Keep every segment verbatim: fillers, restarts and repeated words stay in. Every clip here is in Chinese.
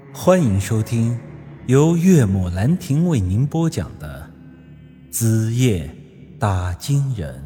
欢迎收听由岳母兰亭为您播讲的《子夜打金人》。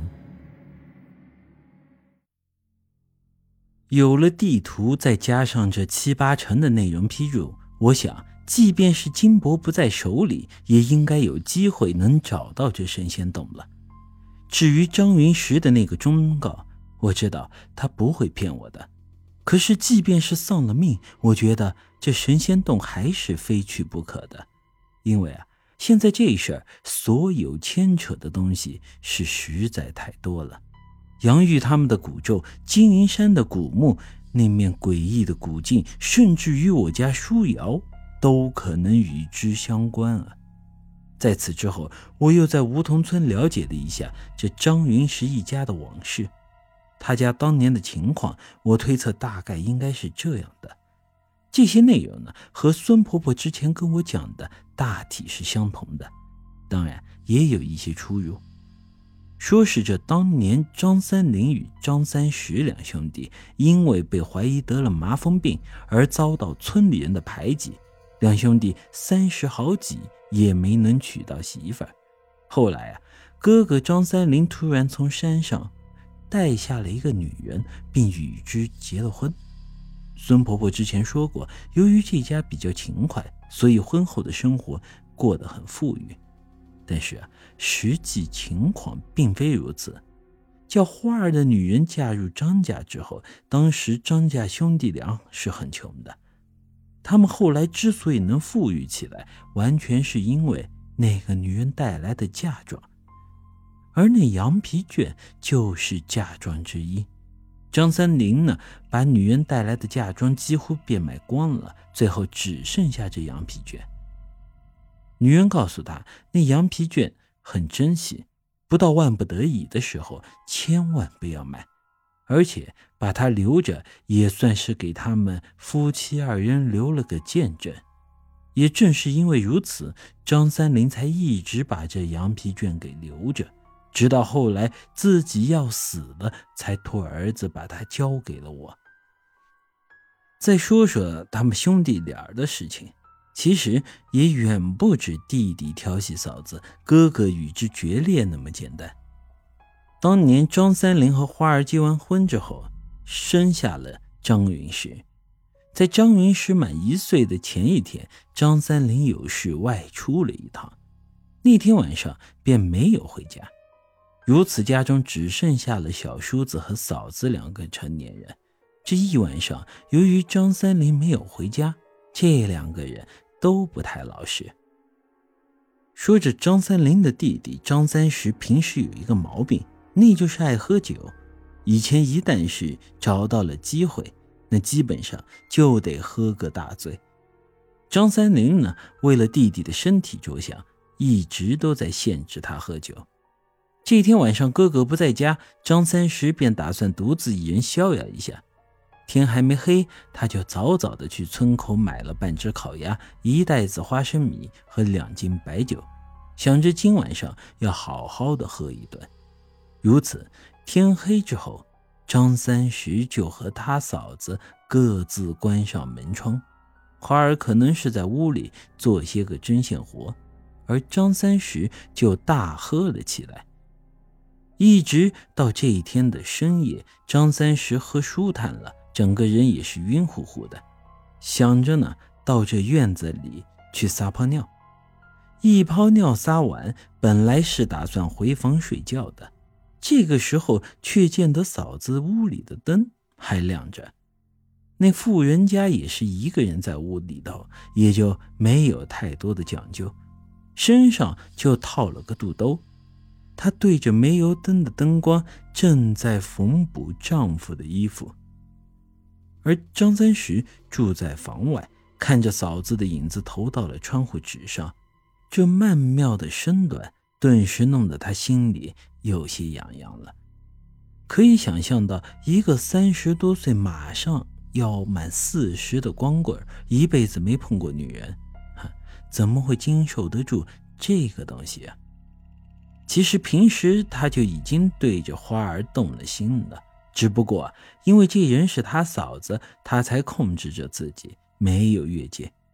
有了地图，再加上这七八成的内容披露，我想即便是金伯不在手里，也应该有机会能找到这神仙洞了。至于张云石的那个忠告，我知道他不会骗我的，可是即便是丧了命，我觉得这神仙洞还是非去不可的。因为啊，现在这事儿所有牵扯的东西是实在太多了。杨玉他们的古咒，金银山的古墓，那面诡异的古镜，甚至于我家书瑶都可能与之相关啊。在此之后，我又在梧桐村了解了一下这张云石一家的往事。他家当年的情况，我推测大概应该是这样的。这些内容呢，和孙婆婆之前跟我讲的大体是相同的，当然也有一些出入。说是这当年张三林与张三石两兄弟因为被怀疑得了麻风病而遭到村里人的排挤，两兄弟三十好几也没能娶到媳妇儿。后来啊，哥哥张三林突然从山上带下了一个女人，并与之结了婚。孙婆婆之前说过，由于这家比较勤快，所以婚后的生活过得很富裕。但是啊，实际情况并非如此。叫花儿的女人嫁入张家之后，当时张家兄弟俩是很穷的。他们后来之所以能富裕起来，完全是因为那个女人带来的嫁妆。而那羊皮卷就是嫁妆之一。张三林呢，把女人带来的嫁妆几乎变卖光了，最后只剩下这羊皮卷。女人告诉他，那羊皮卷很珍惜，不到万不得已的时候千万不要卖，而且把它留着也算是给他们夫妻二人留了个见证。也正是因为如此，张三林才一直把这羊皮卷给留着，直到后来自己要死了，才托儿子把它交给了我。再说说他们兄弟俩的事情，其实也远不止弟弟调戏嫂子，哥哥与之决裂那么简单。当年张三林和花儿结完婚之后，生下了张云石。在张云石满一岁的前一天，张三林有事外出了一趟，那天晚上便没有回家。如此家中只剩下了小叔子和嫂子两个成年人。这一晚上，由于张三林没有回家，这两个人都不太老实。说着张三林的弟弟张三石平时有一个毛病，那就是爱喝酒。以前一旦是找到了机会，那基本上就得喝个大醉。张三林呢，为了弟弟的身体着想，一直都在限制他喝酒。这天晚上哥哥不在家，张三石便打算独自一人逍遥一下。天还没黑，他就早早的去村口买了半只烤鸭，一袋子花生米和两斤白酒，想着今晚上要好好的喝一顿。如此，天黑之后，张三石就和他嫂子各自关上门窗。花儿可能是在屋里做些个针线活，而张三石就大喝了起来。一直到这一天的深夜，张三石喝舒坦了，整个人也是晕乎乎的，想着呢，到这院子里去撒泡尿。一泡尿撒完，本来是打算回房睡觉的，这个时候却见得嫂子屋里的灯还亮着。那妇人家也是一个人在屋里头，也就没有太多的讲究，身上就套了个肚兜。她对着煤油灯的灯光，正在缝补丈夫的衣服。而张三石住在房外，看着嫂子的影子投到了窗户纸上，这曼妙的身段顿时弄得他心里有些痒痒了。可以想象到，一个三十多岁马上要满四十的光棍，一辈子没碰过女人，怎么会经受得住这个东西啊？其实平时他就已经对着花儿动了心了，只不过因为这人是他嫂子，他才控制着自己没有越界。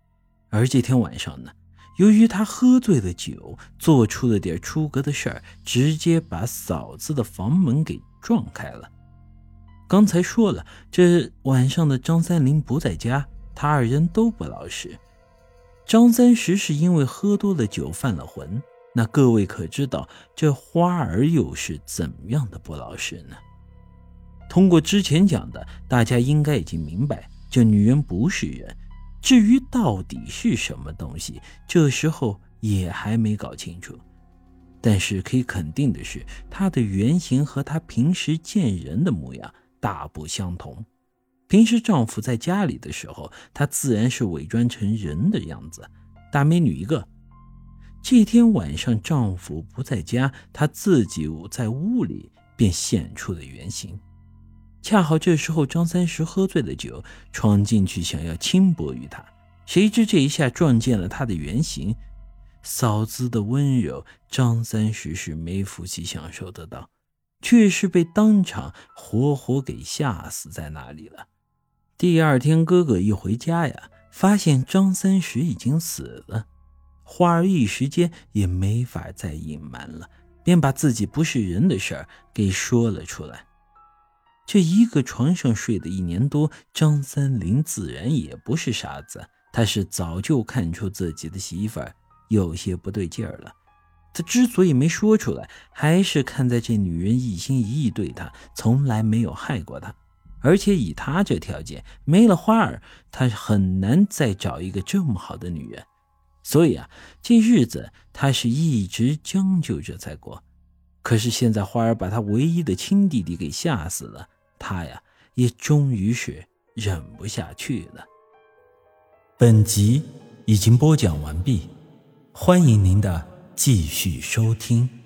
而这天晚上呢，由于他喝醉了酒，做出了点出格的事儿，直接把嫂子的房门给撞开了。刚才说了，这晚上的张三林不在家，他二人都不老实。张三石是因为喝多了酒犯了浑，那各位可知道这花儿又是怎样的不老实呢？通过之前讲的，大家应该已经明白，这女人不是人。至于到底是什么东西，这时候也还没搞清楚。但是可以肯定的是，她的原型和她平时见人的模样大不相同。平时丈夫在家里的时候，她自然是伪装成人的样子，大美女一个。这天晚上丈夫不在家，她自己在屋里便现出了原形。恰好这时候张三石喝醉了酒，闯进去想要轻薄于他，谁知这一下撞见了他的原形。嫂子的温柔，张三石是没福气享受得到，却是被当场活活给吓死在那里了。第二天哥哥一回家呀，发现张三石已经死了。花儿一时间也没法再隐瞒了，便把自己不是人的事儿给说了出来。这一个床上睡了一年多，张三林自然也不是傻子，他是早就看出自己的媳妇儿有些不对劲儿了。他之所以没说出来，还是看在这女人一心一意对他，从来没有害过他，而且以他这条件，没了花儿，他很难再找一个这么好的女人。所以啊，这日子他是一直将就着在过。可是现在花儿把他唯一的亲弟弟给吓死了，他呀也终于是忍不下去了。本集已经播讲完毕，欢迎您的继续收听。